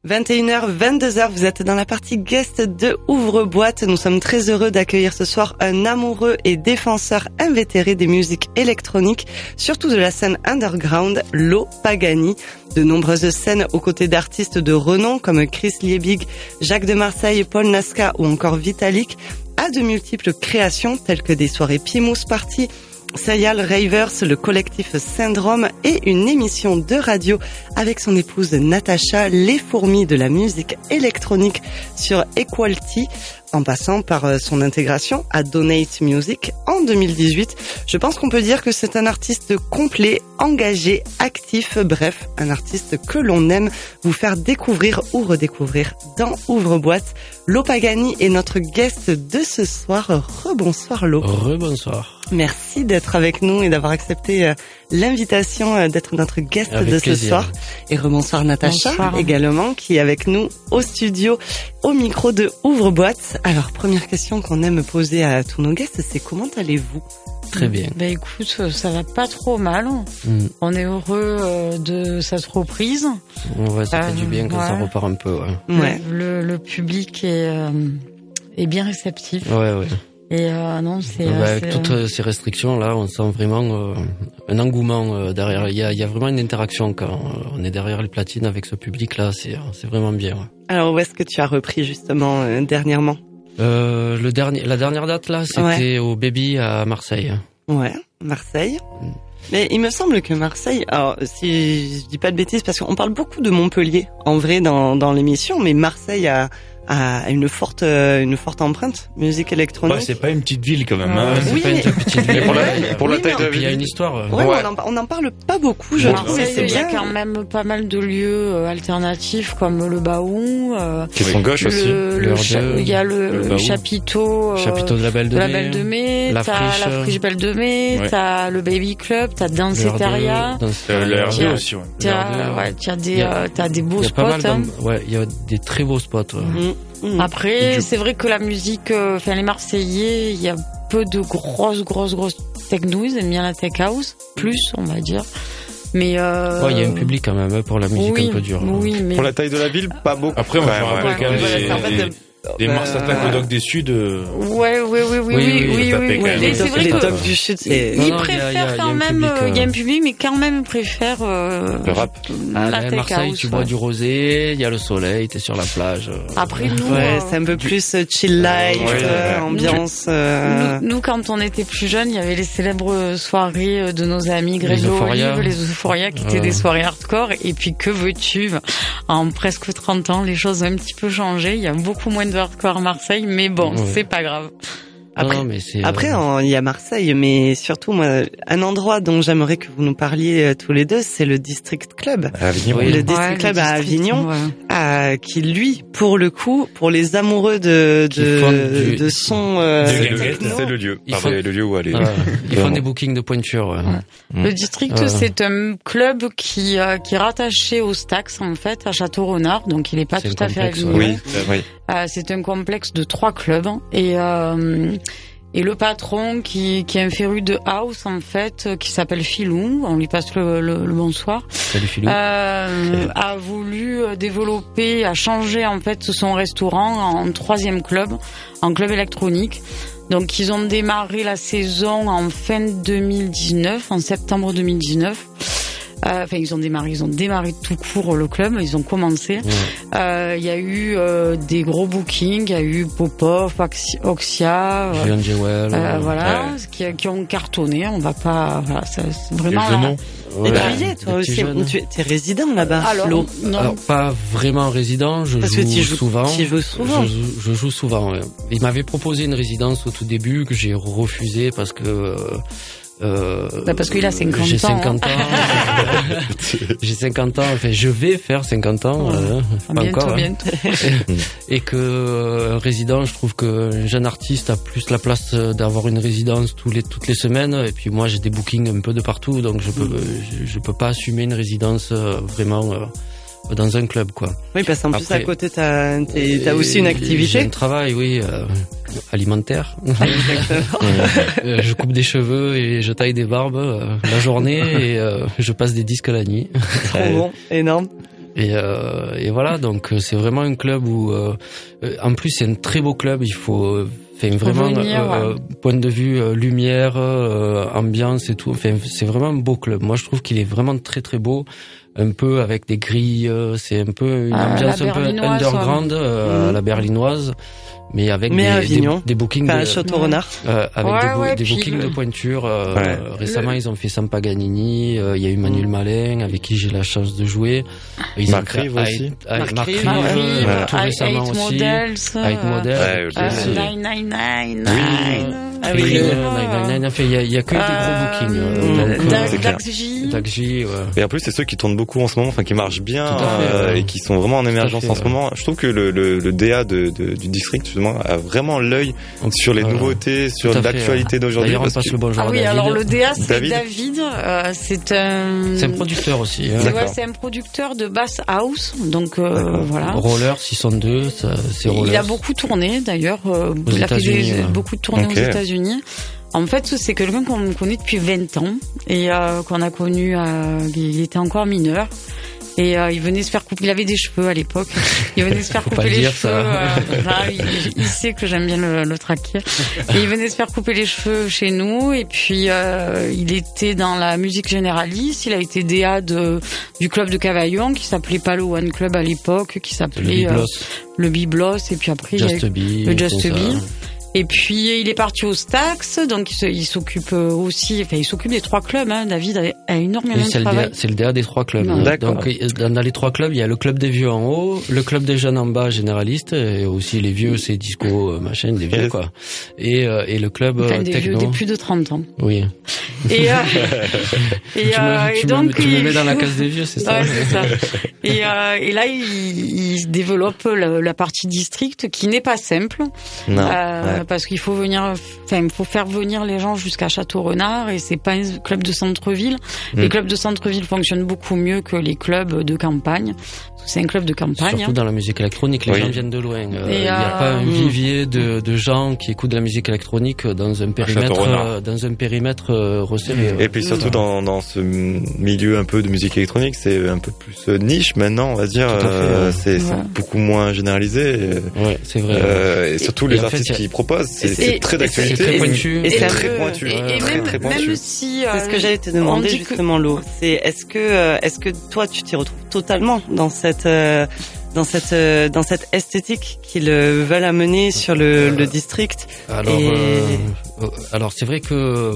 21h, 22h, vous êtes dans la partie guest de Ouvre-Boîte. Nous sommes très heureux d'accueillir ce soir un amoureux et défenseur invétéré des musiques électroniques, surtout de la scène underground, Lo Pagani. De nombreuses scènes aux côtés d'artistes de renom comme Chris Liebig, Jacques de Marseille, Paul Nasca ou encore Vitalik, a de multiples créations telles que des soirées Pimous Party, Serial Ravers, le collectif Syndrome et une émission de radio avec son épouse Natacha, les fourmis de la musique électronique sur Equality, en passant par son intégration à Donate Music en 2018. Je pense qu'on peut dire que c'est un artiste complet, engagé, actif, bref, un artiste que l'on aime vous faire découvrir ou redécouvrir dans Ouvre-Boîte. Lo Pagani est notre guest de ce soir. Rebonsoir Lo. Rebonsoir. Merci d'être avec nous et d'avoir accepté l'invitation d'être notre guest avec de plaisir. Ce soir. Et rebonsoir Natacha Bonsoir. également qui est avec nous au studio, au micro de Ouvre-Boîte. Alors première question qu'on aime poser à tous nos guests, c'est comment allez-vous ? Très bien. Bah écoute, ça va pas trop mal. On est heureux de cette reprise. Ouais, ça fait du bien quand ça ouais. repart un peu. Ouais. Ouais. Le public est bien réceptif. Ouais. Et non, c'est... Avec toutes ces restrictions là, on sent vraiment un engouement derrière. Il y a vraiment une interaction quand on est derrière les platines avec ce public là. C'est vraiment bien. Ouais. Alors où est-ce que tu as repris justement dernièrement ? La dernière date là, c'était au Baby à Marseille. Ouais, Marseille. Mais il me semble que Marseille, alors si je dis pas de bêtises, parce qu'on parle beaucoup de Montpellier en vrai dans l'émission, mais Marseille a une forte empreinte musique électronique. Ouais, c'est pas une petite ville quand même. Hein. Ouais, c'est Oui, pas mais- une petite ville. Pour la Oui, taille mais de Puis il y a ville. une histoire. Ouais, Ouais. mais on en parle pas beaucoup, je trouve. Et Marseille, c'est il y a bien. quand même pas mal de lieux alternatifs comme le Baou, Qui sont gauche aussi. il y a le Baou. chapiteau Chapiteau de la Belle de la Mai. Belle de Mai, La t'as Friche. la Friche Belle de Mai, Ouais. t'as le Baby Club, t'as Danceteria, Le RD aussi, ouais. t'as des beaux Il y a pas spots. mal ouais, il y a des très beaux spots. Ouais. Après, c'est vrai que la musique, les Marseillais, il y a peu de grosses techno, ils aiment bien la tech house, plus, on va dire. Mais Ouais, il y a un public quand même pour la musique oui, un peu dure. Oui, mais Pour la taille de la ville, pas beaucoup. Après, on se rappelle quand même des certains codocs des Sud. ouais. Oui, ça fait quand même. Mais c'est vrai les que tocs du Sud, c'est... Non, ils non, préfèrent il y a quand un même, public, il y a un public, mais quand même ils préfèrent Le rap. la tech Marseille, house. tu bois du rosé, il y a le soleil, t'es sur la plage. Après nous, Ouais, c'est un peu plus chill life, ouais. ambiance... Nous, quand on était plus jeunes, il y avait les célèbres soirées de nos amis Grégo Euphoria. Olive, les Euphoria, qui étaient des soirées hardcore. Et puis, que veux-tu? En presque 30 ans, les choses ont un petit peu changé. Il y a beaucoup moins de hardcore à Marseille, mais bon, Ouais. c'est pas grave. Après, Non, mais c'est, Après, il y a Marseille, mais surtout, moi, un endroit dont j'aimerais que vous nous parliez tous les deux, c'est le District Club. À Avignon. Oui. Le Ouais, District le Club à district, Avignon, ouais. qui lui, pour le coup, pour les amoureux de Qui font de son C'est le lieu. Ils Pardon, font- le lieu où aller. ils font des bookings de pointure. Ouais. Le district, c'est un club qui est rattaché au Stax, en fait, à Château-Renard. Donc, il est pas C'est tout un à fait à complexe, Avignon. Oui. C'est un complexe de 3 clubs et le patron qui est un féru de house en fait qui s'appelle Philou, on lui passe le bonsoir, Salut Philou. a voulu développer, a changé en fait son restaurant en 3e club, en club électronique. Donc ils ont démarré la saison en fin 2019, en septembre 2019. Enfin, ils ont démarré tout court le club, ils ont commencé. Il y a eu des gros bookings, il y a eu Popov, Oxia, Julian Jewell. voilà, qui ont cartonné. On va pas, voilà, c'est vraiment. Et Ouais, tu y es, toi des aussi. petits jeunes. Tu es résident là-bas, Alors, Lo. non. Alors, pas vraiment résident, je Parce que joue tu joues souvent. tu joues souvent. Je joue souvent, ouais. Il m'avait proposé une résidence au tout début que j'ai refusé parce que Parce qu'il a 50 ans. J'ai 50 ans. J'ai 50 ans, enfin je vais faire 50 ans, pas encore. Hein. Bientôt. Et que résident, je trouve que un jeune artiste a plus la place d'avoir une résidence toutes les semaines. Et puis moi j'ai des bookings un peu de partout, donc je peux pas assumer une résidence vraiment dans un club, quoi. Oui, parce qu'en plus Après, à côté t'as aussi une J'ai activité. un travail, oui, alimentaire. Je coupe des cheveux et je taille des barbes la journée et je passe des disques la nuit. Trop bon, énorme. Et voilà, donc c'est vraiment un club où, en plus c'est un très beau club. Il faut, vraiment point de vue lumière, ambiance et tout. Enfin, c'est vraiment un beau club. Moi, je trouve qu'il est vraiment très très beau. Un peu avec des grilles, c'est un peu une ambiance un peu underground à la berlinoise. Mais avec des bookings de Château Renard. Avec des bookings de pointure. Récemment, ils ont fait Sam Paganini, il y a eu Manuel Malin, avec qui j'ai la chance de jouer. Marc Rive aussi. Marc Rive, tout récemment aussi. Avec Models. 999. Ah oui, il y a que des gros bookings. Dagji. Et en plus, c'est ceux qui tournent beaucoup en ce moment, enfin, qui marchent bien, et qui sont vraiment en émergence en ce moment. Je trouve que le DA du district, justement, a vraiment l'œil sur les nouveautés, sur l'actualité d'aujourd'hui. D'ailleurs, on passe le bonjour à David. Alors le DA, c'est David. C'est un producteur aussi. C'est un producteur de bass house. Donc, voilà. Roller 602, c'est Roller. Il a beaucoup tourné, d'ailleurs. Il a fait beaucoup de tournées aux États-Unis. En fait, c'est quelqu'un qu'on connaît depuis 20 ans et qu'on a connu, il était encore mineur. Et il venait se faire couper. Il avait des cheveux à l'époque. Il venait se faire couper les cheveux. Il sait que j'aime bien le traquer. Et il venait se faire couper les cheveux chez nous. Et puis il était dans la musique généraliste. Il a été DA du club de Cavaillon qui s'appelait pas le One Club à l'époque, qui s'appelait le Biblos. Et puis après le Just Be. Et puis il est parti au Stax, donc il s'occupe aussi, enfin il s'occupe des 3 clubs. David a énormément de travail. C'est le DA des 3 clubs. D'accord. Donc dans les 3 clubs, il y a le club des vieux en haut, le club des jeunes en bas généraliste, et aussi les vieux, c'est disco machin, des vieux quoi. Et le club des techno. Vieux, des plus de 30 ans. Oui. Et donc tu me mets dans la case des vieux, c'est ça. Ouais, c'est ça. Et là il développe la partie district qui n'est pas simple. Non. Parce qu'il faut il faut faire venir les gens jusqu'à Château-Renard et c'est pas un club de centre-ville. Les clubs de centre-ville fonctionnent beaucoup mieux que les clubs de campagne. C'est un club de campagne. Surtout dans la musique électronique, les gens viennent de loin. Il n'y a pas un vivier de gens qui écoutent de la musique électronique dans un périmètre resserré. Et puis surtout dans ce milieu un peu de musique électronique, c'est un peu plus niche maintenant, on va dire. C'est beaucoup moins généralisé. Ouais, c'est vrai. Et surtout les artistes qui proposent, c'est très d'actualité. C'est très pointu. Et c'est très pointu. Et même si c'est ce que j'allais te demander justement, Lo. C'est est-ce que toi tu t'y retrouves totalement dans cette esthétique qu'ils veulent amener sur le district. Alors c'est vrai que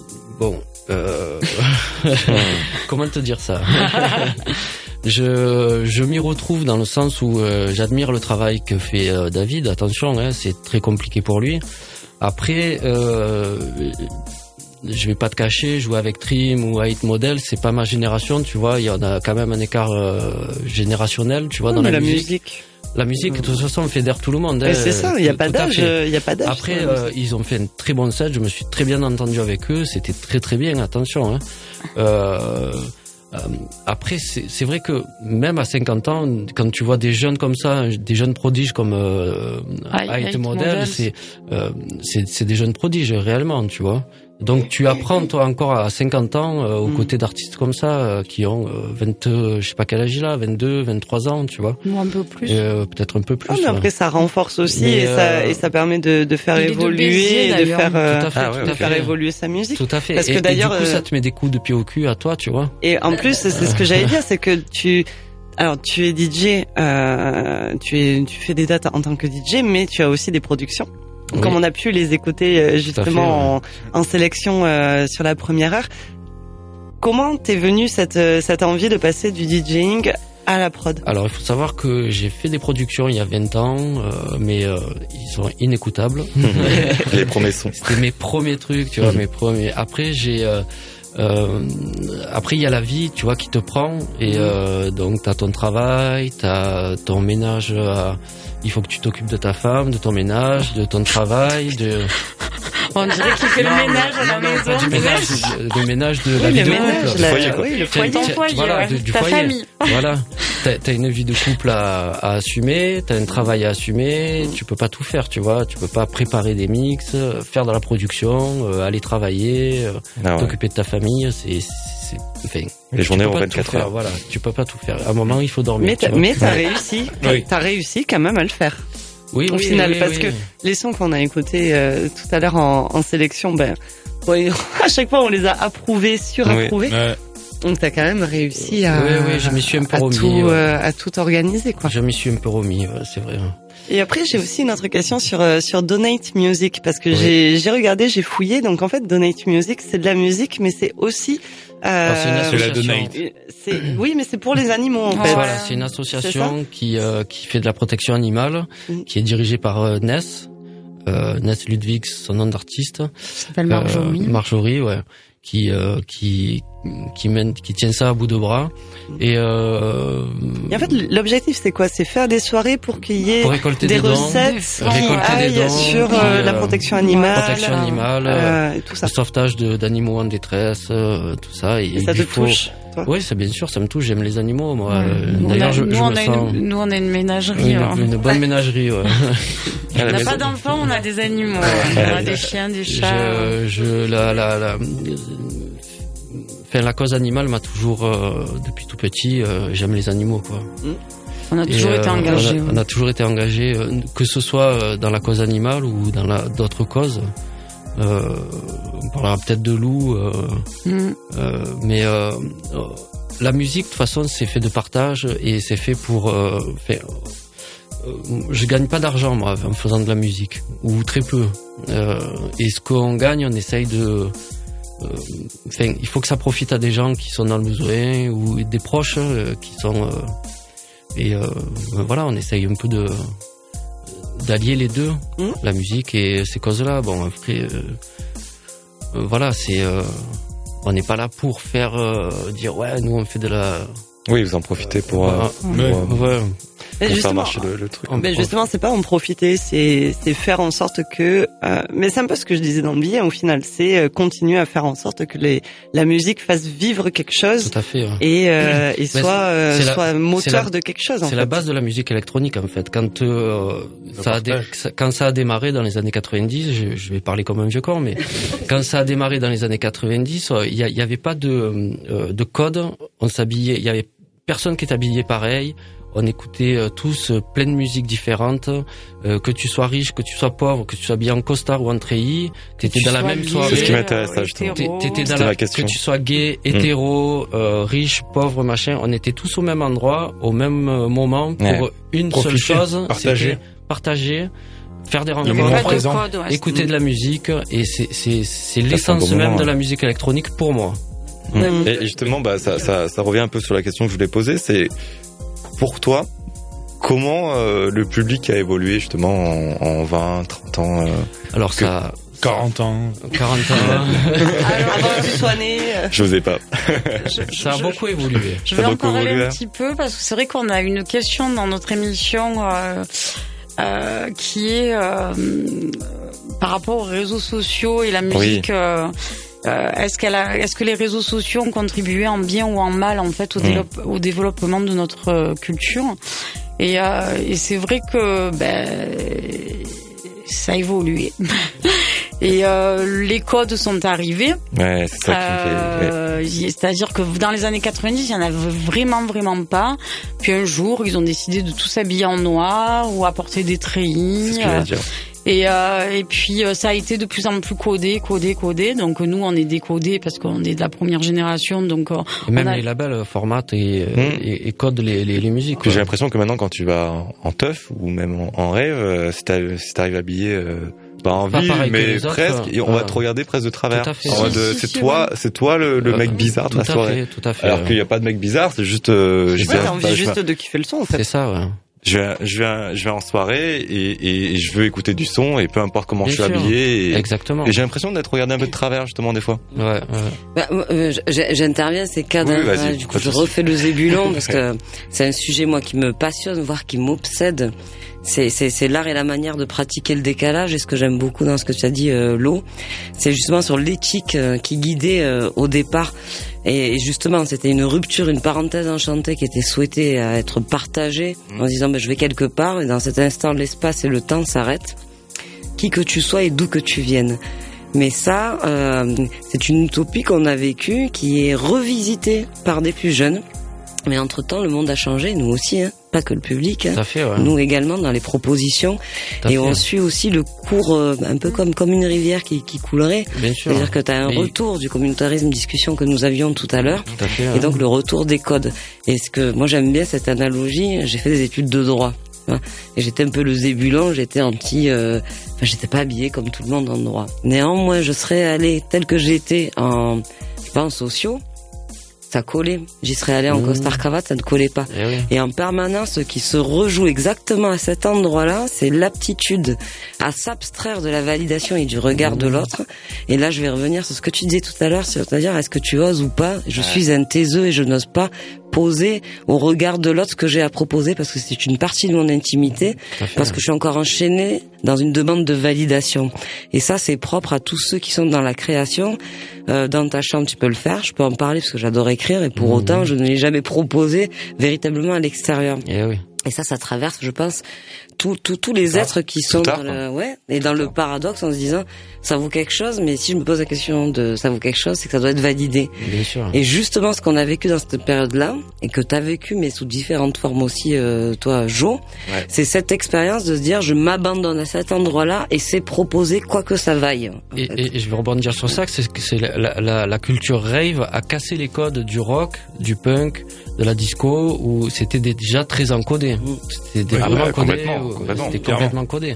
comment te dire ça? Je m'y retrouve dans le sens où j'admire le travail que fait David. Attention, c'est très compliqué pour lui. Après, je vais pas te cacher, jouer avec Trim ou Hate Model, c'est pas ma génération, tu vois. Il y en a quand même un écart générationnel, tu vois, dans la musique. La musique, de toute façon, fédère tout le monde. C'est ça, il y a pas d'âge, Après, ils ont fait un très bon set, je me suis très bien entendu avec eux, c'était très très bien, attention. Après, c'est vrai que même à 50 ans, quand tu vois des jeunes comme ça, des jeunes prodiges comme Hate Model, c'est des jeunes prodiges réellement, tu vois. Donc tu apprends toi encore à 50 ans aux côtés d'artistes comme ça qui ont 20, je sais pas quel âge il a, 22, 23 ans, tu vois. Ou un peu plus. Peut-être un peu plus. Mais après ça renforce aussi et ça permet de faire évoluer et de faire évoluer sa musique. Tout à fait. Parce que d'ailleurs du coup ça te met des coups de pied au cul à toi, tu vois. Et en plus c'est ce que j'allais dire, c'est que tu es DJ, tu fais des dates en tant que DJ, mais tu as aussi des productions. Comme on a pu les écouter justement en sélection sur la première heure. Comment t'es venue cette envie de passer du DJing à la prod? Alors, il faut savoir que j'ai fait des productions il y a 20 ans, mais ils sont inécoutables. Les premiers sons. C'était mes premiers trucs, tu vois, mes premiers. Après, après il y a la vie, tu vois, qui te prend et donc t'as ton travail, t'as ton ménage. Il faut que tu t'occupes de ta femme, de ton ménage, de ton travail, On dirait qu'il fait le ménage à la maison. Du ménage de la vie de couple. Le foyer. Voilà, du foyer. Famille. Voilà. t'as une vie de couple à assumer, t'as un travail à assumer, tu peux pas tout faire, tu vois, tu peux pas préparer des mix, faire de la production, aller travailler, t'occuper de ta famille, enfin, les journées ont 24 heures. Voilà, tu peux pas tout faire. À un moment, il faut dormir. Mais t'as réussi, t'as réussi quand même à le faire. Oui, au final, parce que les sons qu'on a écoutés tout à l'heure en sélection, à chaque fois on les a approuvés, surapprouvés. Oui. Donc t'as quand même réussi à, je m'y suis un peu remis, à tout organiser, quoi. Je m'y suis un peu remis, c'est vrai. Et après, j'ai aussi une autre question sur Donate Music, parce que j'ai regardé, j'ai fouillé. Donc en fait, Donate Music, c'est de la musique, mais c'est aussi c'est une association. Oui, mais c'est pour les animaux, en fait. Voilà, c'est une association qui fait de la protection animale, qui est dirigée par Ness Ludwig, son nom d'artiste. Ça s'appelle Marjorie. Marjorie, ouais. Qui tient ça à bout de bras. Et en fait, l'objectif, c'est quoi? C'est faire des soirées pour qu'il y ait des recettes qui aillent sur la protection animale. Tout ça. Le sauvetage d'animaux en détresse, tout ça. Et ça te touche? Oui, c'est bien sûr, ça me touche. J'aime les animaux, moi. D'ailleurs, nous, on a une ménagerie. Une bonne ménagerie, ouais. On n'a pas d'enfants, on a des animaux. On a des chiens, des chats. La cause animale m'a toujours, depuis tout petit, j'aime les animaux, quoi. On a toujours été engagés. On a toujours été engagés, que ce soit dans la cause animale ou dans d'autres causes. On parlera peut-être de loups, mais la musique, de toute façon, c'est fait de partage et c'est fait pour. Je gagne pas d'argent, moi, en faisant de la musique, ou très peu. Et ce qu'on gagne, on essaye de. Il faut que ça profite à des gens qui sont dans le besoin ou des proches qui sont. Voilà, on essaye un peu d'allier les deux, la musique et ces causes-là. Bon, après, voilà, on n'est pas là pour faire dire nous on fait de la. Oui, vous en profitez pour faire marcher le truc. Mais justement, c'est pas en profiter, c'est faire en sorte que. Mais c'est un peu ce que je disais dans le billet. Au final, c'est continuer à faire en sorte que la musique fasse vivre quelque chose. Tout à fait. Et soit moteur de quelque chose. C'est la base de la musique électronique, en fait. Quand ça a démarré dans les années 90, je vais parler comme un vieux con, mais quand ça a démarré dans les années 90, il y avait pas de code. On s'habillait, il y avait personne qui était habillé pareil. On écoutait tous plein de musiques différentes, que tu sois riche, que tu sois pauvre, que tu sois bien en costard ou en treillis, t'étais dans la même soirée. C'est ce qui m'intéresse, ça, justement. T'étais dans la question. Que tu sois gay, hétéro, riche, pauvre, machin, on était tous au même endroit, au même moment, pour une seule chose, partager, faire des rencontres, écouter de la musique, et c'est l'essence même de la musique électronique pour moi. Et justement, ça revient un peu sur la question que je voulais poser, c'est pour toi, comment le public a évolué justement en 20, 30 ans Alors 40 ans. 40 ans. Alors, avant que tu sois né. Je n'osais pas. Ça a beaucoup évolué. Je vais en parler un petit peu parce que c'est vrai qu'on a une question dans notre émission qui est par rapport aux réseaux sociaux et la musique. Oui. Est-ce que les réseaux sociaux ont contribué en bien ou en mal en fait au développement de notre culture et c'est vrai que ça a évolué et les codes sont arrivés. Ouais, c'est ça qui me fait. C'est-à-dire que dans les années 90, il y en avait vraiment pas. Puis un jour, ils ont décidé de tous s'habiller en noir ou apporter des treillis. C'est ce que je veux dire. Et puis ça a été de plus en plus codé. Donc nous on est décodés parce qu'on est de la première génération. Donc même les labels formatent et codent les musiques. J'ai l'impression que maintenant quand tu vas en teuf ou même en rêve, si t'arrives habillé pas en ville, mais presque, et on va te regarder presque de travers. Tout à fait. C'est toi le mec bizarre de la soirée. Tout à fait. Alors qu'il n'y a pas de mec bizarre, c'est juste. T'as envie juste de kiffer le son en fait. C'est ça, ouais. Je vais en soirée et je veux écouter du son et peu importe comment je suis habillé. Exactement. Et j'ai l'impression d'être regardé un peu de travers justement des fois. Ouais. J'interviens, c'est cadre. Oui, du coup, je refais le zébulon parce que c'est un sujet moi qui me passionne, voire qui m'obsède. C'est l'art et la manière de pratiquer le décalage. Et ce que j'aime beaucoup dans ce que tu as dit, Lo, c'est justement sur l'éthique qui guidait au départ Et justement, c'était une rupture, une parenthèse enchantée qui était souhaitée à être partagée en disant je vais quelque part et dans cet instant l'espace et le temps s'arrêtent, qui que tu sois et d'où que tu viennes. Mais ça, c'est une utopie qu'on a vécue, qui est revisitée par des plus jeunes. Mais entre-temps, le monde a changé, nous aussi, hein, pas que le public, hein, fait, ouais. Nous également dans les propositions. Et on suit aussi le cours, un peu comme une rivière qui coulerait. Bien sûr. C'est-à-dire que tu as un retour du communautarisme, discussion que nous avions tout à l'heure, et donc le retour des codes. Et ce que moi j'aime bien cette analogie, j'ai fait des études de droit. Et j'étais un peu le zébulon, j'étais j'étais pas habillée comme tout le monde en droit. Néanmoins, je serais allée tel que j'étais en sociaux, ça collait. J'y serais allée en costard cravate, ça ne collait pas. Et en permanence, ce qui se rejoue exactement à cet endroit-là, c'est l'aptitude à s'abstraire de la validation et du regard de l'autre. Et là, je vais revenir sur ce que tu disais tout à l'heure, c'est-à-dire est-ce que tu oses ou pas. Je suis un taiseux et je n'ose pas poser au regard de l'autre ce que j'ai à proposer parce que c'est une partie de mon intimité, parce que je suis encore enchaînée dans une demande de validation. Et ça, c'est propre à tous ceux qui sont dans la création. Dans ta chambre, tu peux le faire. Je peux en parler parce que j'adore écrire et pour autant, je ne l'ai jamais proposé véritablement à l'extérieur. Et ça traverse, je pense, tous les êtres qui sont dans le paradoxe en se disant ça vaut quelque chose, mais si je me pose la question de ça vaut quelque chose, c'est que ça doit être validé. Bien sûr. Et justement, ce qu'on a vécu dans cette période-là, et que t'as vécu, mais sous différentes formes aussi, toi, Jo, c'est cette expérience de se dire je m'abandonne à cet endroit-là et c'est proposer quoi que ça vaille. Et je vais rebondir sur ça, c'est la culture rave a cassé les codes du rock, du punk, de la disco, où c'était déjà très encodé. C'était complètement codé.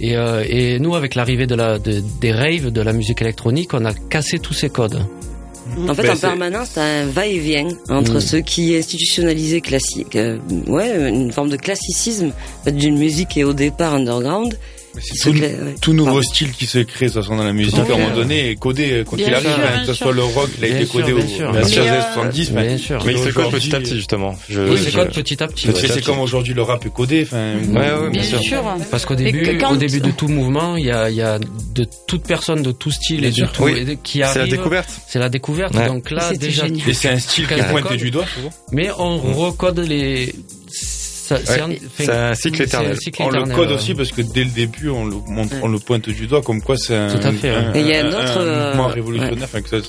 Et nous, avec l'arrivée des raves, de la musique électronique, on a cassé tous ces codes. En fait, en permanence, t'as un va-et-vient entre ce qui est institutionnalisé classique, une forme de classicisme d'une musique qui est au départ underground. C'est tout nouveau style qui se crée, de toute façon, dans la musique, à un moment donné, est codé, quand il arrive, que ce soit le rock, il a été codé au 70, mais il se code petit à petit, justement. Il se code petit à petit. C'est comme aujourd'hui le rap est codé, bien sûr. Parce qu'au début de tout mouvement, il y a de toute personne, de tout style et de tout, qui arrive. C'est la découverte. C'est la découverte. Donc là, déjà. Et c'est un style qui est pointé du doigt, souvent. Mais on recode les, c'est un cycle éternel. On le code aussi parce que dès le début, on le pointe du doigt comme quoi c'est un mouvement révolutionnaire.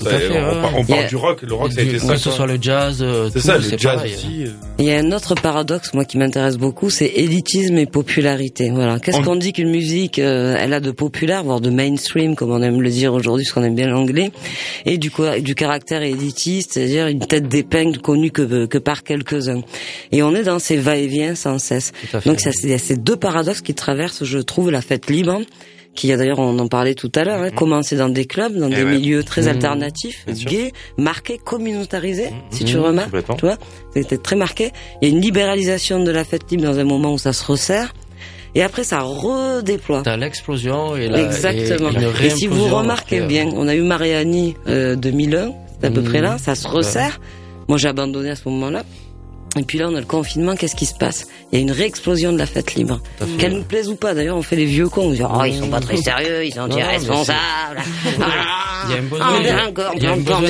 On parle du rock. Le rock, ça a été ça. Que ce soit le jazz. C'est ça, le jazz aussi. Il y a un autre paradoxe, moi, qui m'intéresse beaucoup, c'est élitisme et popularité. Voilà. Qu'est-ce qu'on dit qu'une musique, elle a de populaire, voire de mainstream, comme on aime le dire aujourd'hui, parce qu'on aime bien l'anglais, et du caractère élitiste, c'est-à-dire une tête d'épingle connue que par quelques-uns. Et on est dans ces va-et-vient sans cesse. Donc il y a ces deux paradoxes qui traversent, je trouve, la fête libre, qui a d'ailleurs, on en parlait tout à l'heure, commencé dans des clubs, dans des milieux très alternatifs, gays, marqués, communautarisés, si tu remarques, tu vois, c'était très marqué. Il y a une libéralisation de la fête libre dans un moment où ça se resserre. Et après, ça redéploie. T'as l'explosion exactement. Et si vous remarquez bien, on a eu Mariani 2001, c'est à peu près là, ça se resserre. Moi, j'ai abandonné à ce moment-là. Et puis là, on a le confinement, qu'est-ce qui se passe? Il y a une réexplosion de la fête libre. Qu'elle nous plaise ou pas, d'ailleurs, on fait les vieux cons. On dit, ils sont pas très sérieux, ils sont irresponsables. Il y a un besoin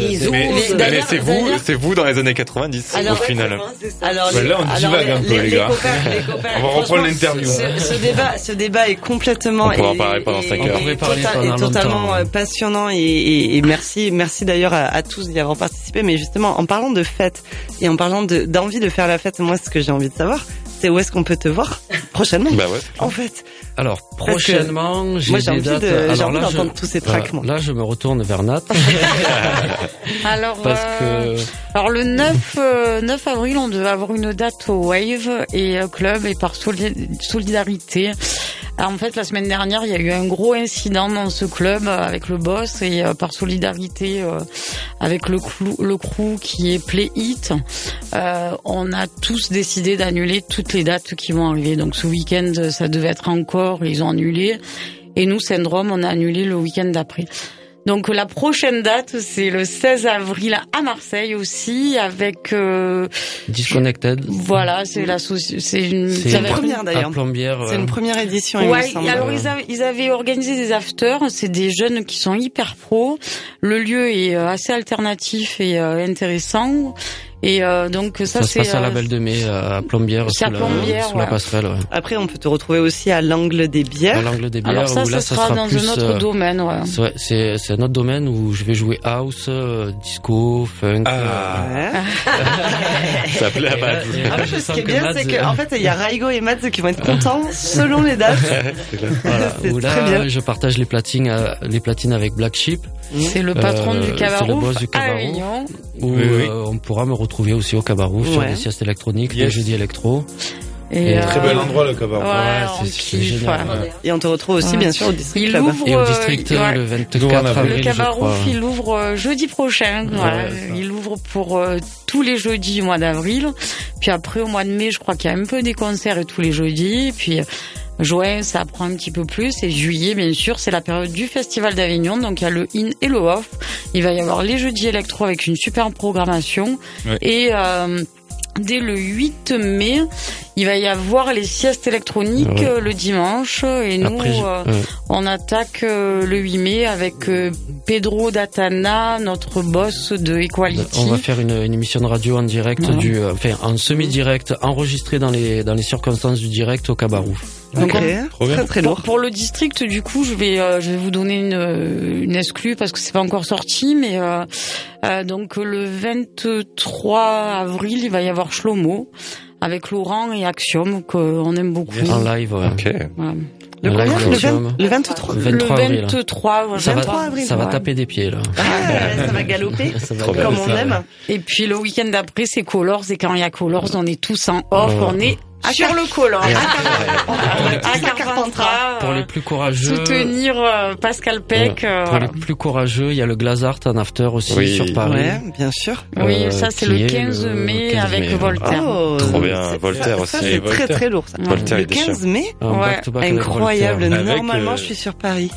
mais c'est vous dans les années 90, au final. Alors, là, on divague un peu, les gars. On va reprendre l'interview. Ce débat est complètement, on pourra en parler pendant 5 heures. Et totalement passionnant et merci d'ailleurs à tous d'y avoir participé. Mais justement, en parlant de fête et en parlant d'envie de faire la fête, moi, ce que j'ai envie de savoir, c'est où est-ce qu'on peut te voir prochainement. En fait. Alors, prochainement, j'ai des dates. J'ai envie d'entendre tous ces tracks, moi. Là, je me retourne vers Nat. Alors, le 9 avril, on devait avoir une date au Wave et Club et par solidarité. Alors, en fait, la semaine dernière, il y a eu un gros incident dans ce club avec le boss et par solidarité avec le crew qui est Play It, on a tous décidé d'annuler toutes les dates qui vont arriver. Donc ce week-end, ça devait être encore, ils ont annulé. Et nous, Syndrome, on a annulé le week-end d'après. Donc la prochaine date, c'est le 16 avril à Marseille aussi, avec Disconnected. Voilà, c'est une première d'ailleurs. C'est une première édition. Ouais, il me semble. Alors ils avaient organisé des afters. C'est des jeunes qui sont hyper pros. Le lieu est assez alternatif et intéressant. Et donc ça se passe à la Belle de Mai à Plombière, sous la passerelle. Ouais. Après, on peut te retrouver aussi à l'Angle des Bières. À l'Angle des Bières. Alors ça, ça sera dans plus, un autre domaine. Ouais. C'est un autre domaine où je vais jouer house, disco, funk. Ça plaît à Mads. Ce qui est bien, c'est qu'en fait, il y a Raigo et Mads qui vont être contents selon les dates. Voilà. Où là, je partage les platines avec Black Sheep. C'est le patron du Cabaret. C'est le boss du Cabaret. Où on pourra me retrouver aussi au Cabaret sur des siestes électroniques, les jeudis électro. Et très bel endroit le Cabaret. Ouais, c'est génial. Et on te retrouve aussi bien sûr au district. Et au district le 24 avril. Le Cabaret, il ouvre jeudi prochain. Il ouvre pour tous les jeudis au mois d'avril. Puis après au mois de mai, je crois qu'il y a un peu des concerts et tous les jeudis. Puis juin, ça prend un petit peu plus. Et juillet, bien sûr, c'est la période du Festival d'Avignon. Donc, il y a le in et le off. Il va y avoir les jeudis électro avec une super programmation. Ouais. Et dès le 8 mai, il va y avoir les siestes électroniques le dimanche. Et nous, on attaque le 8 mai avec Pedro Datana, notre boss de Equality. On va faire une émission de radio en direct, en semi-direct, enregistrée dans les circonstances du direct au Cabarou. Donc, très lourd. Pour le district, du coup, je vais vous donner une exclue parce que c'est pas encore sorti, mais donc le 23 avril, il va y avoir Shlomo avec Laurent et Axiom qu'on aime beaucoup. En live, ouais. Ok. Voilà. Le 23. Le 23 avril. 23 avril. Ça va taper des pieds, là. Ça va galoper, comme on aime. Et puis le week-end d'après, c'est Colors. Et quand il y a Colors, on est tous en off. On est sur le Colors. À Carpentras. Pour les plus courageux. Soutenir Pascal Peck. Pour les plus courageux, il y a le Glazart en after aussi sur Paris. Ouais, bien sûr. Oui, ça c'est le 15 mai avec Voltaire. Oh, trop bien. Voltaire aussi. C'est très très lourd ça. Voltaire le 15 mai. Incroyable. Normalement, je suis sur Paris.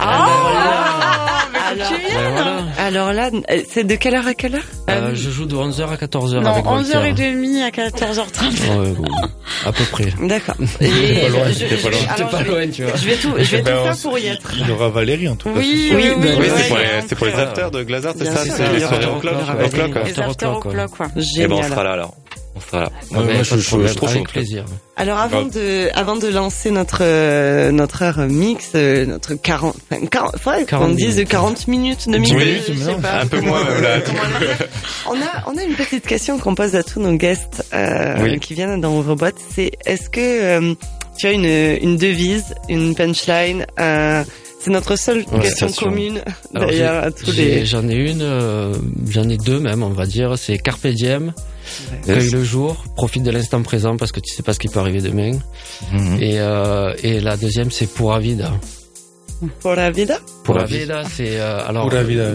Alors là, c'est de quelle heure à quelle heure Je joue de 11h à 14h non, avec Voltaire. 11h30 à 14h30. À peu près. D'accord. T'es pas loin, tu vois. Je vais tout faire pour y être. Il y aura Valérie en tout cas. Oui, c'est pour les afters de Glazart, c'est ça? C'est les soirées au clock. Les afters au clock, quoi. Et ben on sera là alors. On sera là. Je trouve avec plaisir. Alors avant de lancer notre heure mix, notre 40 qu'on dise 40 minutes de mix, je sais pas. Un peu moins là. On a une petite question qu'on pose à tous nos guests qui viennent dans Ouvre-Boîte, c'est est-ce que tu as une devise, une punchline, c'est notre seule question commune d'ailleurs à tous les. J'en ai j'en ai deux même, on va dire, c'est Carpe Diem. Cueille le jour, profite de l'instant présent parce que tu sais pas ce qui peut arriver demain. Et la deuxième c'est Pura Vida. Pura Vida? Pura Vida, c'est alors Pura Vida,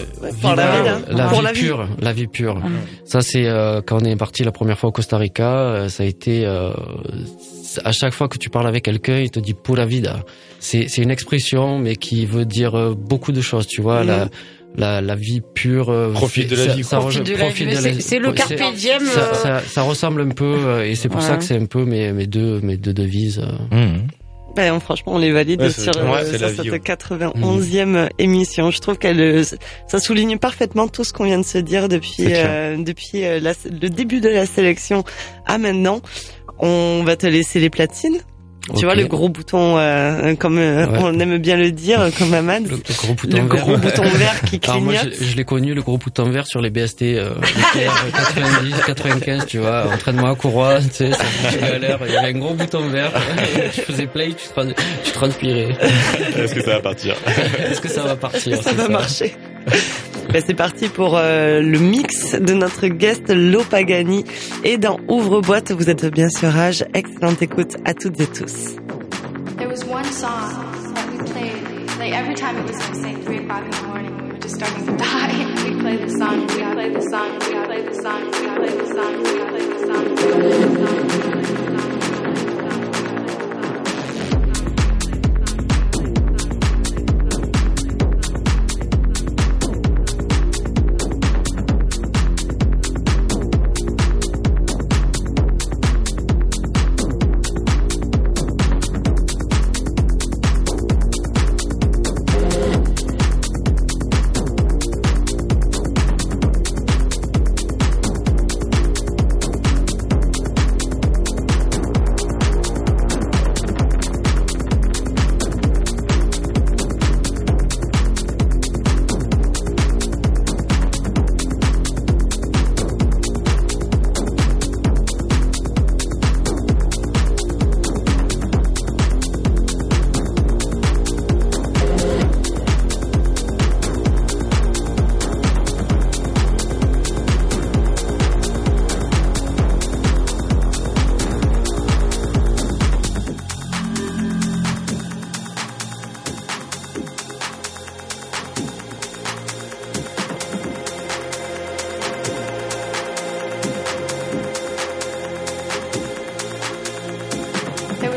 la vie pure. Ça c'est quand on est parti la première fois au Costa Rica, ça a été à chaque fois que tu parles avec quelqu'un, il te dit Pura Vida. C'est une expression mais qui veut dire beaucoup de choses, tu vois. La vie pure, profite de la vie. C'est le carpe diem. Ça ressemble un peu, et c'est pour ça que c'est un peu mes deux devises. Ben, franchement, on les valide sur cette 91e émission. Je trouve ça souligne parfaitement tout ce qu'on vient de se dire depuis le début de la sélection à maintenant. On va te laisser les platines. Tu vois, le gros bouton, comme on aime bien le dire, comme Amad. Le gros bouton vert qui clignote. Alors moi, je l'ai connu, le gros bouton vert sur les BST 90, 95, tu vois, entraînement à courroie, tu sais, c'est galère. Il y avait un gros bouton vert. Tu faisais play, tu transpirais. Est-ce que ça va partir? Est-ce que ça va partir? Ça va marcher. Ben c'est parti pour le mix de notre guest Lo Pagani. Et dans Ouvre-Boîte, vous êtes bien sur Rage. Excellente écoute à toutes et tous. There was one song that we played, like every time it was like say 3 o'clock in the morning, we were just starting to die. We play the song, we play the song, we play the song, we play the song, we play the song, we play the song.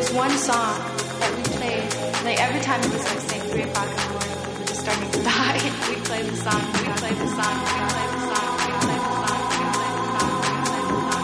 was one song that we played, like every time it was like say 3 o'clock in the morning, we were just starting to die. We played the song, we played the song, we played the song, we played the song, we played the song, we played the song.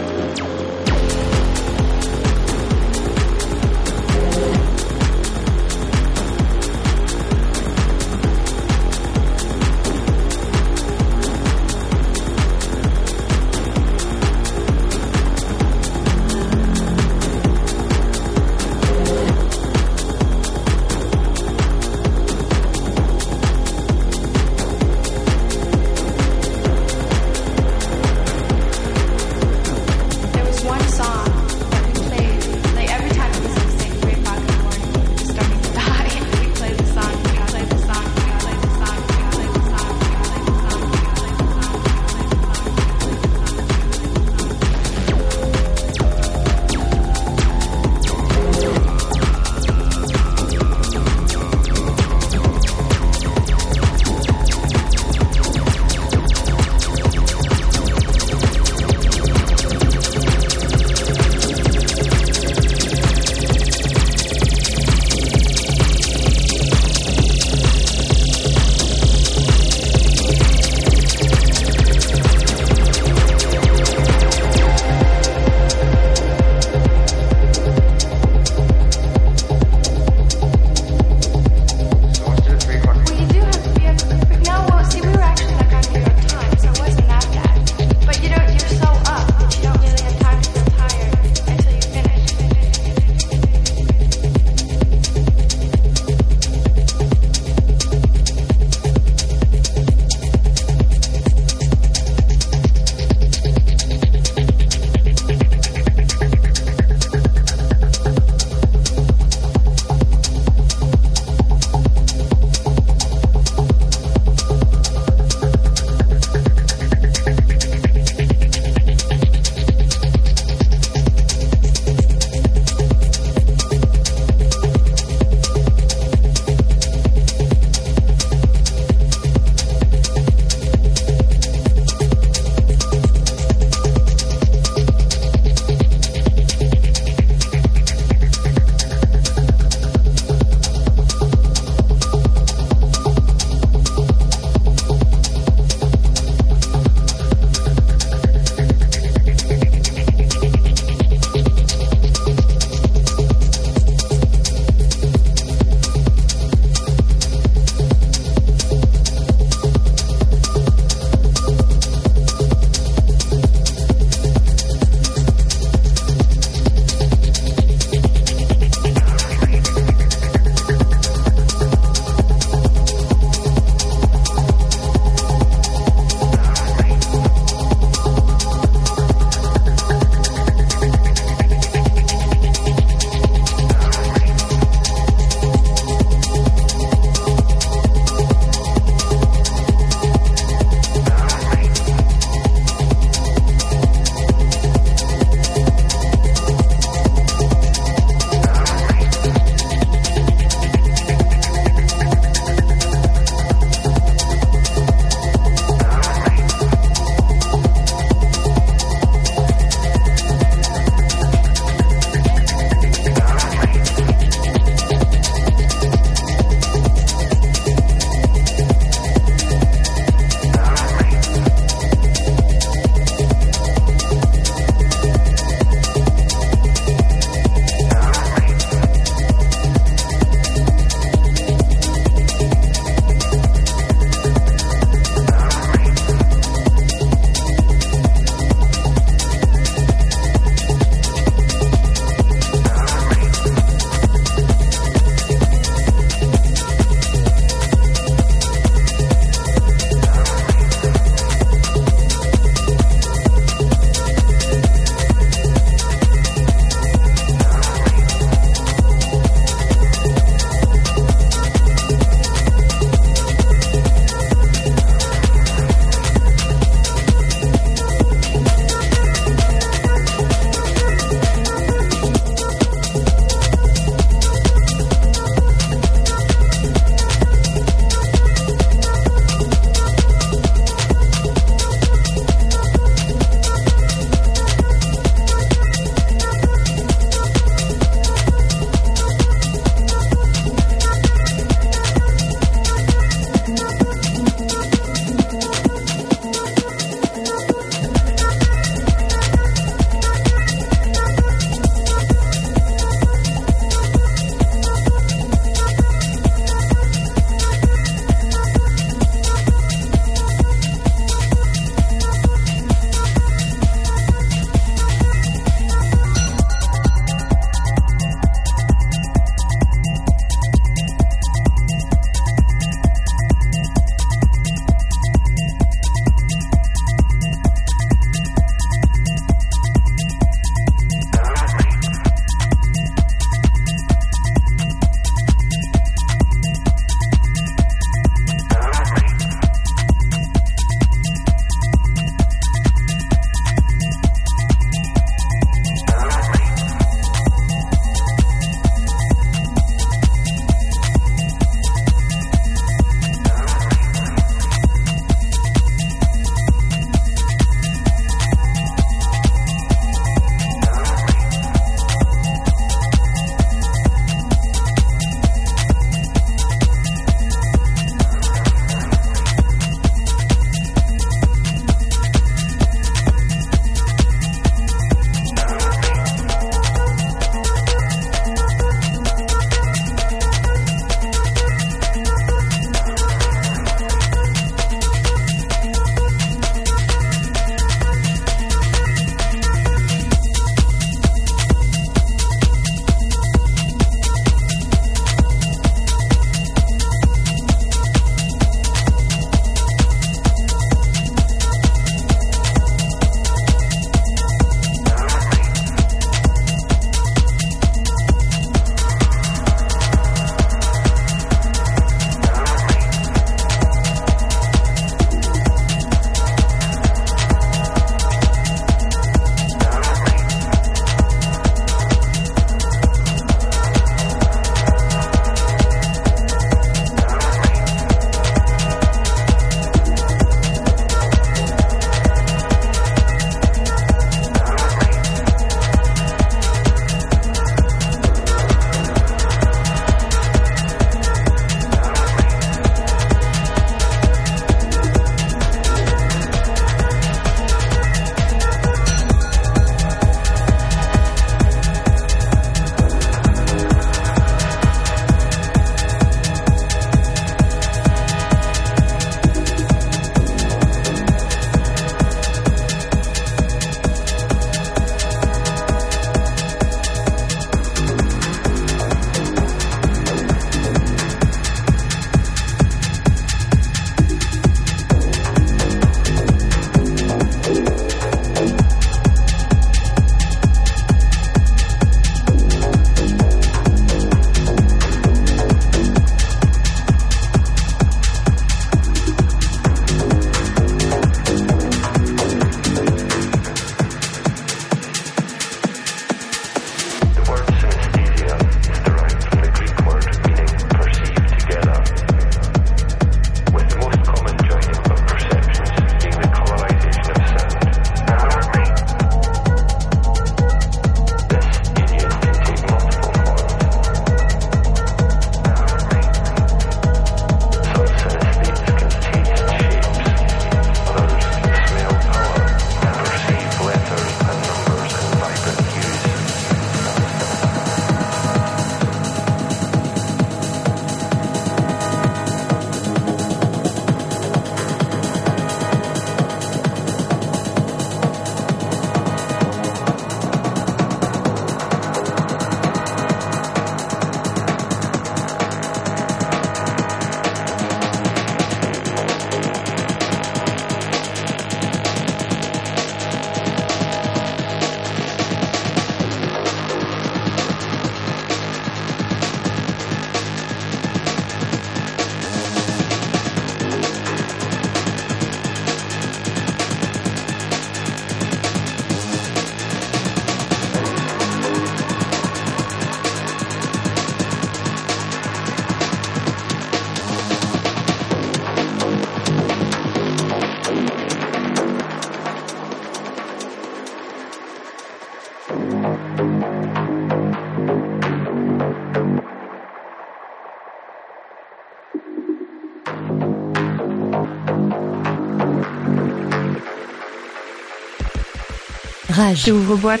Rage. C'est Ouvre-boîte.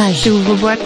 Rage. C'est Ouvre-Boîte.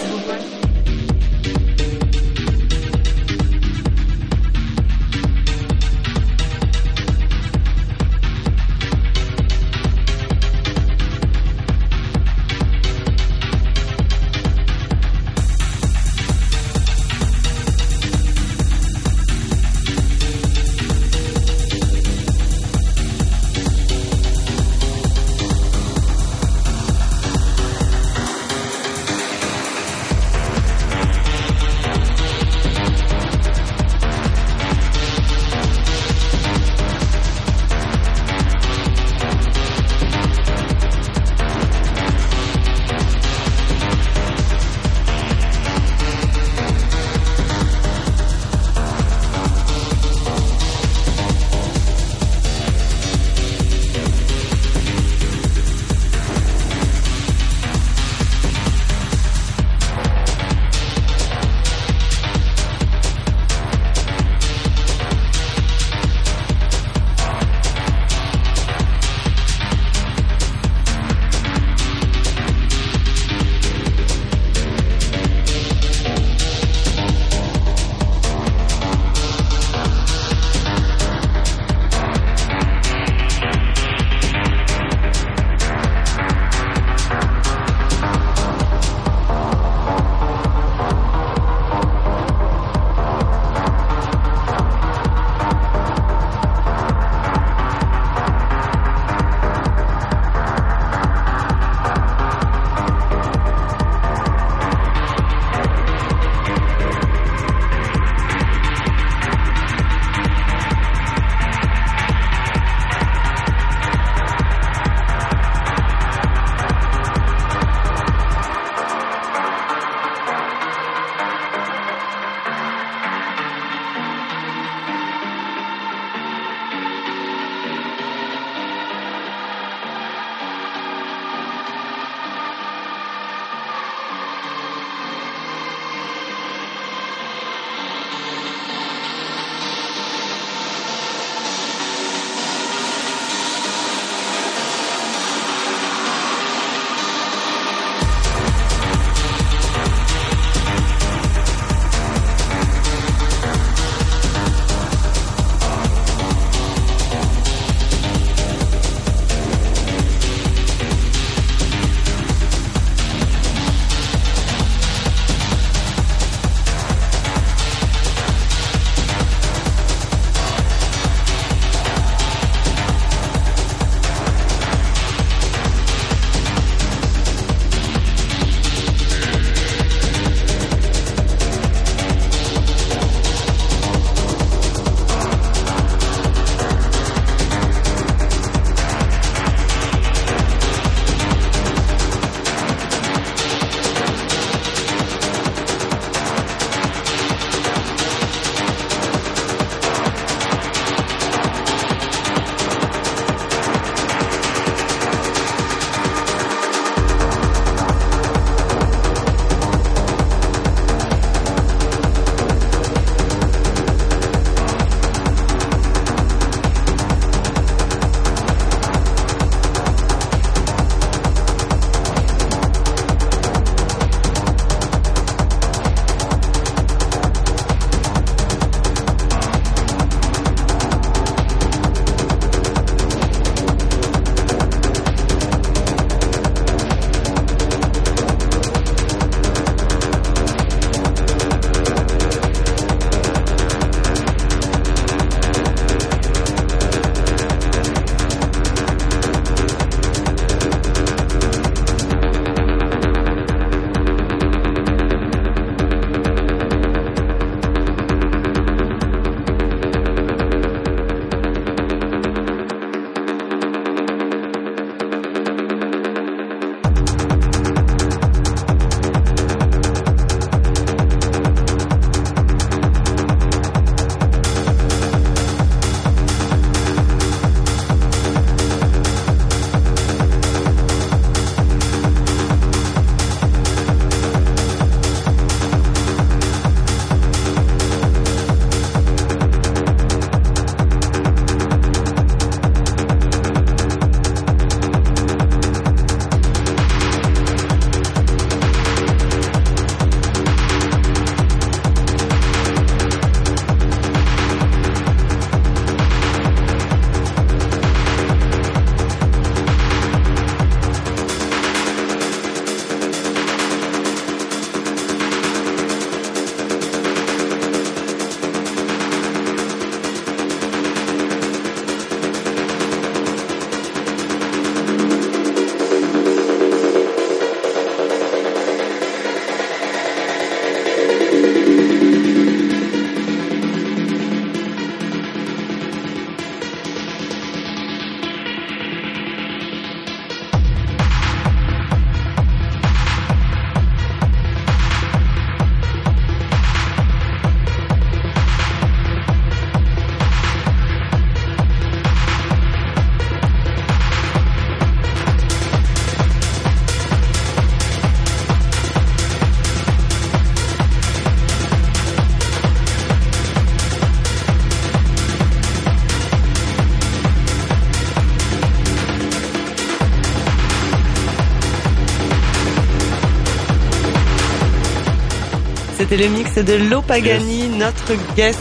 C'était le mix de Lo Pagani, notre guest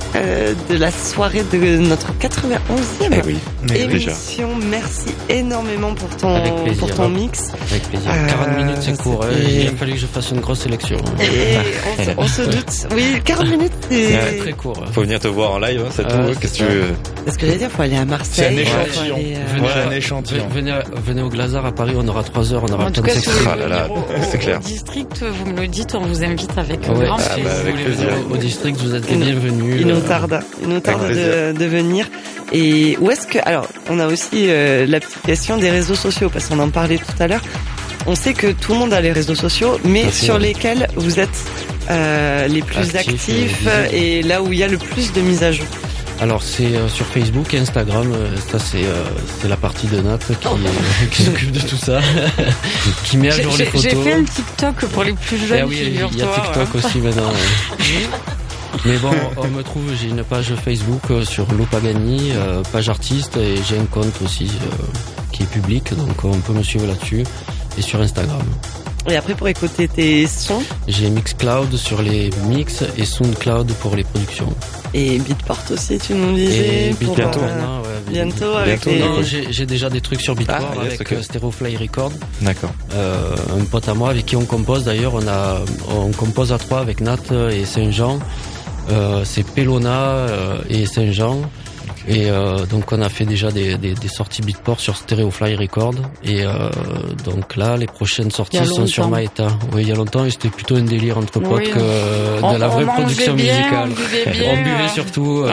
de la soirée de notre 91e émission. Merci énormément pour ton mix. Avec plaisir. 40 minutes, c'est court. Il a fallu que je fasse une grosse sélection. Et on se doute. Oui, 40 minutes, c'est très court. Faut venir te voir en live, c'est tout. Qu'est-ce que tu veux? C'est ce que j'allais dire, faut aller à Marseille. C'est un échantillon. Un échantillon. Venez au Glazard à Paris, on aura 3 heures, on aura plein de sections. C'est clair. Au district, vous me le dites, on vous invite avec grand plaisir. Avec plaisir. Au district, vous êtes les bienvenus. Il nous tarde de venir. Et où est-ce que, alors, on a aussi la petite question des réseaux sociaux, parce qu'on en parlait tout à l'heure. On sait que tout le monde a les réseaux sociaux, mais sur lesquels vous êtes les plus actifs et là où il y a le plus de mises à jour. Alors c'est sur Facebook et Instagram, ça c'est la partie de Nat qui s'occupe de tout ça, qui met à jour les photos. J'ai fait un TikTok pour les plus jeunes. Oui, il y a TikTok aussi maintenant. Mais bon, on me trouve, j'ai une page Facebook sur Lo Pagani, page artiste, et j'ai un compte aussi qui est public, donc on peut me suivre là-dessus, et sur Instagram. Et après, pour écouter tes sons, j'ai Mixcloud sur les mix et Soundcloud pour les productions. Et Beatport aussi, tu nous disais. Et bientôt. Bientôt avec les... Non, j'ai déjà des trucs sur Beatport avec Stereofly Record. D'accord. Un pote à moi avec qui on compose d'ailleurs. On compose à 3 avec Nat et Saint-Jean. C'est Pelona et Saint-Jean. Et donc on a fait déjà des sorties Beatport sur Stereofly Record, et donc là les prochaines sorties sont sur Maeta. Oui, il y a longtemps, et c'était plutôt un délire entre potes que de la vraie production musicale. On buvait surtout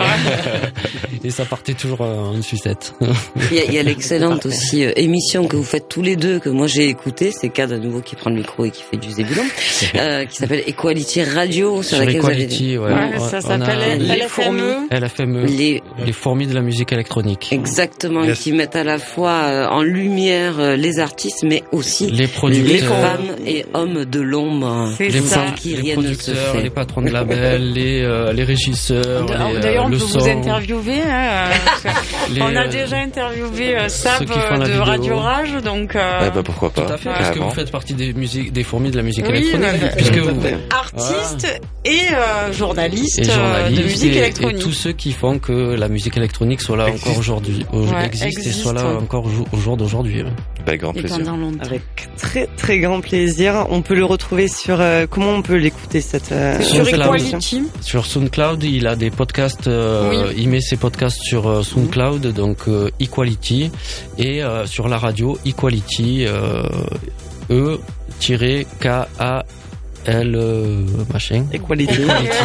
et ça partait toujours en sucette. Il y a l'excellente aussi émission que vous faites tous les deux, que moi j'ai écoutée, c'est Cad à nouveau qui prend le micro et qui fait du zébulon, qui s'appelle Equality Radio, sur laquelle Equality, vous avez... ça s'appelle LFME. Les fourmis de la musique électronique. Exactement, qui mettent à la fois en lumière les artistes, mais aussi les femmes et hommes de l'ombre. C'est les ça. Les producteurs, les patrons de label, les régisseurs, d'ailleurs, on peut vous interviewer. On a déjà interviewé Sab de Radio Rage, donc. Pourquoi pas. Tout à fait, parce que vous faites partie des fourmis de la musique électronique, puisque vous artiste et journaliste de musique électronique. Et tous ceux qui font que la musique électronique soit là encore aujourd'hui, existe et soit là encore au jour d'aujourd'hui. Grand plaisir. Avec très très grand plaisir. On peut le retrouver sur comment on peut l'écouter sur Equality. Sur Soundcloud, il a des podcasts. Il met ses podcasts sur Soundcloud, donc Equality, et sur la radio Equality, E-K-A-L machin. Equality.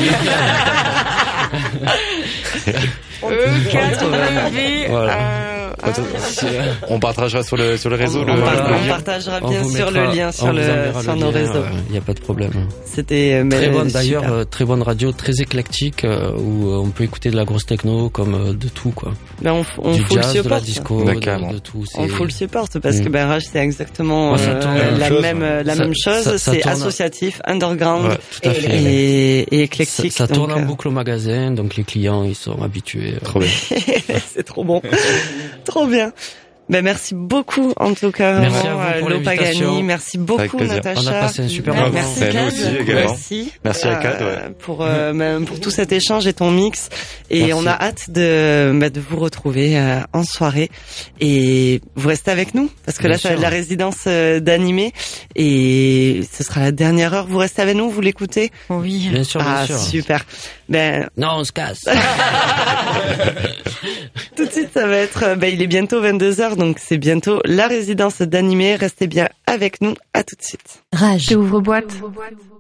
On partagera sur le réseau. On partagera bien sûr le lien sur nos réseaux. Il n'y a pas de problème. C'était très bonne radio, très éclectique, où on peut écouter de la grosse techno comme de tout quoi. On du faut jazz, le de la disco, de tout. On faut le support parce que Rage c'est exactement la même chose. C'est associatif, underground et éclectique. Ça tourne en boucle au magasin, donc les clients ils sont habitués. Trop bien. C'est trop bon. Trop bien. Merci beaucoup en tout cas. Merci à vous pour Lo Pagani. Merci beaucoup Natacha. On a passé un super moment. Merci Cad. Merci à Cad pour tout cet échange et ton mix. Et on a hâte de vous retrouver en soirée. Et vous restez avec nous parce que là ça va être la résidence d'animé et ce sera la dernière heure. Vous restez avec nous, vous l'écoutez? Oui. Bien sûr. Super. Non, on se casse. Tout de suite, ça va être... il est bientôt 22h, donc c'est bientôt la résidence d'animé. Restez bien avec nous. À tout de suite. Rage. Ouvre-boîte.